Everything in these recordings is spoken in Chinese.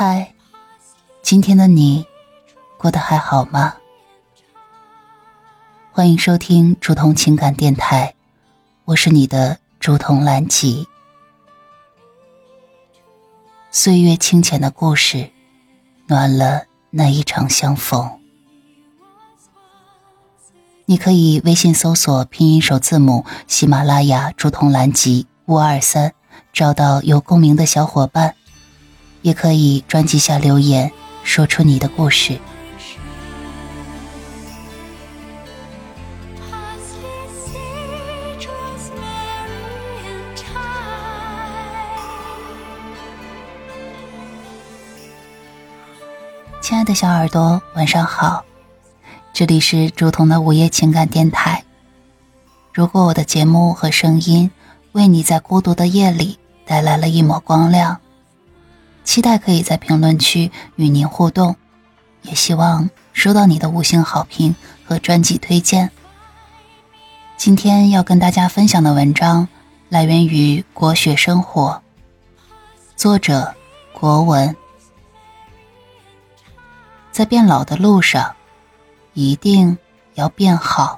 嗨，今天的你过得还好吗？欢迎收听竹筒情感电台，我是你的竹筒兰吉。岁月清浅的故事，暖了那一场相逢。你可以微信搜索拼音首字母喜马拉雅竹筒兰吉523，找到有共鸣的小伙伴，也可以专辑下留言，说出你的故事。亲爱的小耳朵，晚上好，这里是竹筒的午夜情感电台。如果我的节目和声音为你在孤独的夜里带来了一抹光亮，期待可以在评论区与您互动，也希望收到你的5星好评和专辑推荐。今天要跟大家分享的文章来源于国学生活，作者国文。在变老的路上，一定要变好。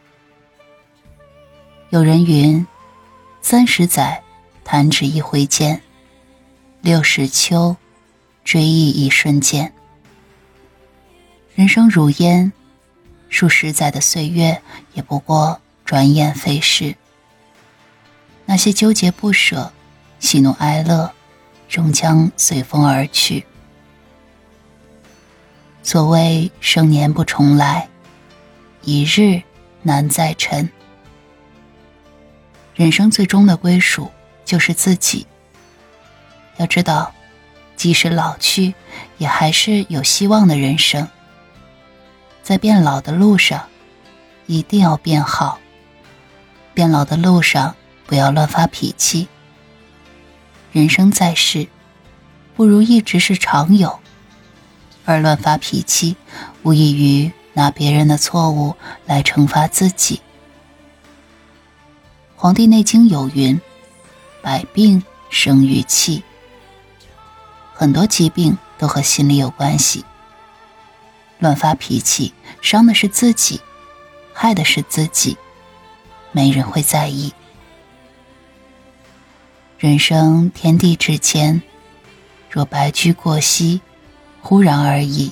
有人云，30载弹指一挥间，60秋追忆一瞬间。人生如烟，数十载的岁月也不过转眼飞逝。那些纠结不舍，喜怒哀乐，终将随风而去。所谓生年不重来，一日难再晨。人生最终的归属就是自己。要知道，即使老去，也还是有希望的人生。在变老的路上，一定要变好。变老的路上，不要乱发脾气。人生在世，不如意之事常有，而乱发脾气，无异于拿别人的错误来惩罚自己。《黄帝内经》有云，百病生于气。很多疾病都和心理有关系。乱发脾气，伤的是自己，害的是自己，没人会在意。人生天地之间，若白驹过隙，忽然而已。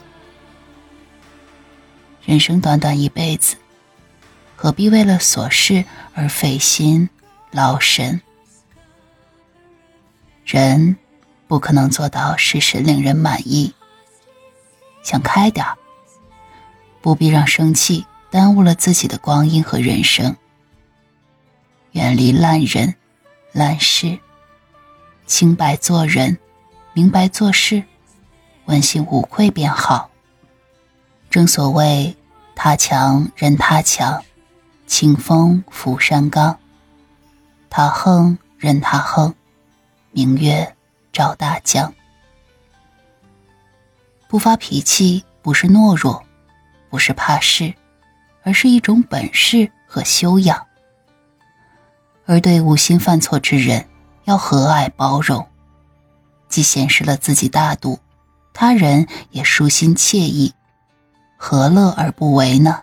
人生短短一辈子，何必为了琐事而费心劳神？人不可能做到事事令人满意，想开点儿，不必让生气耽误了自己的光阴和人生。远离烂人烂事，清白做人，明白做事，问心无愧便好。正所谓他强任他强，清风拂山岗。他横任他横，明月照大江。不发脾气不是懦弱，不是怕事，而是一种本事和修养。而对无心犯错之人，要和蔼包容，既显示了自己大度，他人也舒心惬意，何乐而不为呢？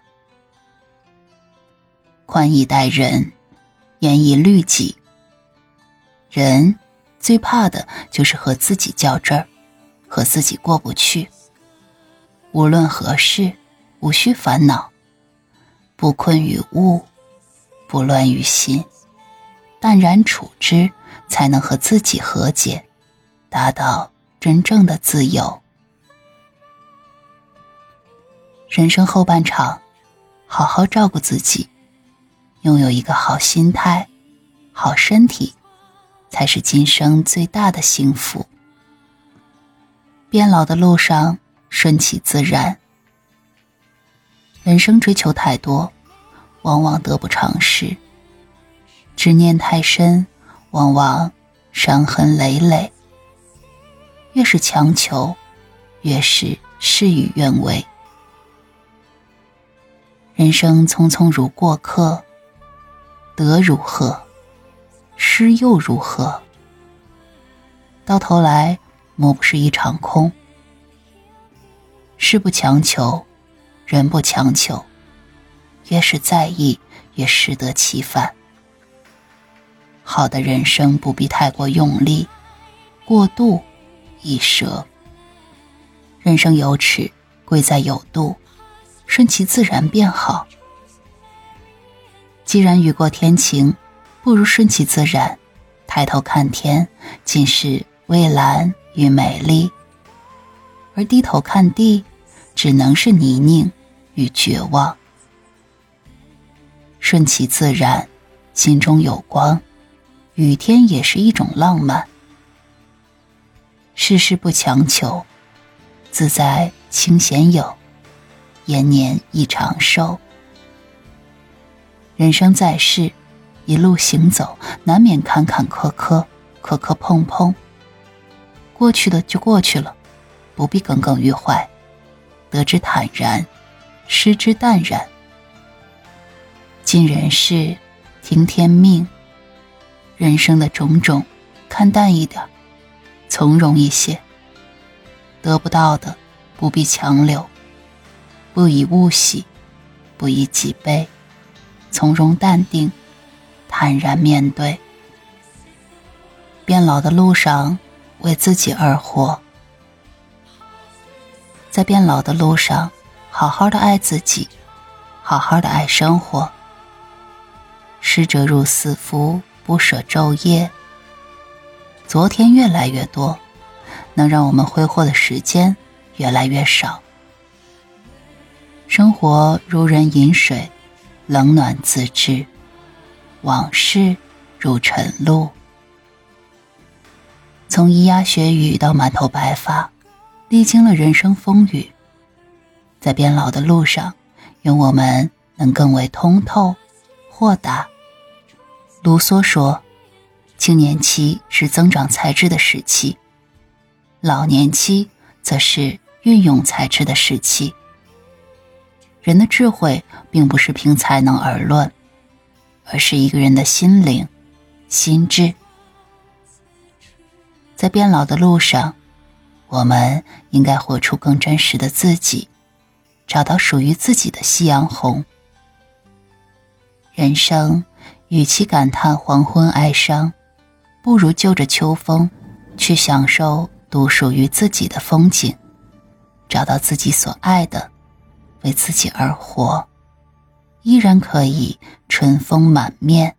宽以待人，严以律己。人最怕的就是和自己较真儿，和自己过不去。无论何事，无需烦恼，不困于物，不乱于心，淡然处之，才能和自己和解，达到真正的自由。人生后半场，好好照顾自己，拥有一个好心态、好身体，才是今生最大的幸福。变老的路上，顺其自然。人生追求太多，往往得不偿失；执念太深，往往伤痕累累。越是强求，越是事与愿违。人生匆匆如过客，得如何，失又如何？到头来莫不是一场空。事不强求，人不强求，越是在意，越适得其反。好的人生不必太过用力，过度易折。人生有尺，贵在有度，顺其自然便好。既然雨过天晴，不如顺其自然，抬头看天，尽是蔚蓝与美丽；而低头看地，只能是泥泞与绝望。顺其自然，心中有光，雨天也是一种浪漫。世事不强求，自在清闲有，延年益长寿。人生在世，一路行走，难免坎坎坷坷，磕磕碰碰。过去的就过去了，不必耿耿于怀，得之坦然，失之淡然。尽人事，听天命，人生的种种，看淡一点，从容一些。得不到的，不必强留，不以物喜，不以己悲，从容淡定，坦然面对。变老的路上，为自己而活。在变老的路上，好好的爱自己，好好的爱生活。逝者如斯夫，不舍昼夜。昨天越来越多，能让我们挥霍的时间越来越少。生活如人饮水，冷暖自知，往事如晨露。从咿呀学语到满头白发，历经了人生风雨。在变老的路上，愿我们能更为通透豁达。卢梭说，青年期是增长才智的时期，老年期则是运用才智的时期。人的智慧并不是凭才能而论，而是一个人的心灵、心智。在变老的路上，我们应该活出更真实的自己，找到属于自己的夕阳红。人生与其感叹黄昏哀伤，不如就着秋风去享受独属于自己的风景，找到自己所爱的，为自己而活，依然可以春风满面。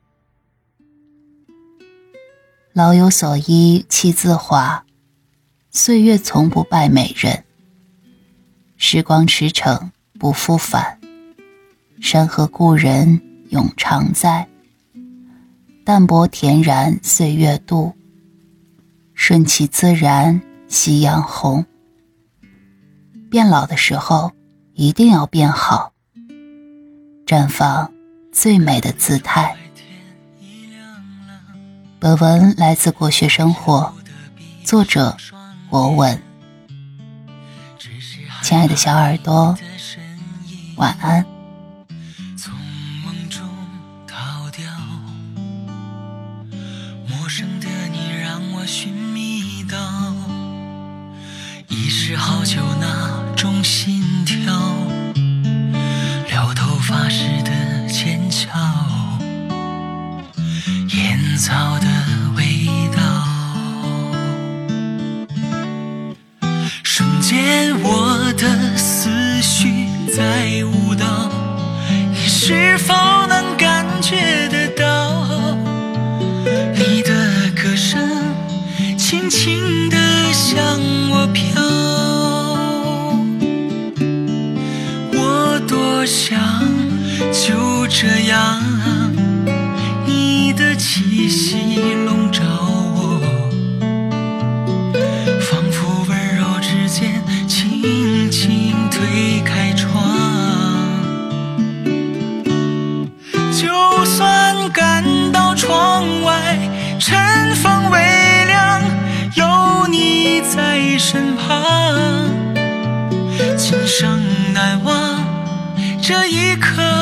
老有所依气自华，岁月从不败美人。时光驰骋不复返，山河故人永常在。淡泊恬然岁月度，顺其自然夕阳红。变老的时候一定要变好，绽放最美的姿态。本文来自国学生活，作者博文。亲爱的小耳朵，晚安。 从梦中逃掉，陌生的你让我寻觅到遗失好久那种心跳，撩头发时的剑鞘，烟草的味道，瞬间我的思绪在舞蹈，你是否能感觉得到？你的歌声轻轻地向我飘，我多想就这样，你的气息笼罩我，仿佛温柔指尖轻轻推开窗。就算感到窗外晨风微凉，有你在身旁，今生难忘这一刻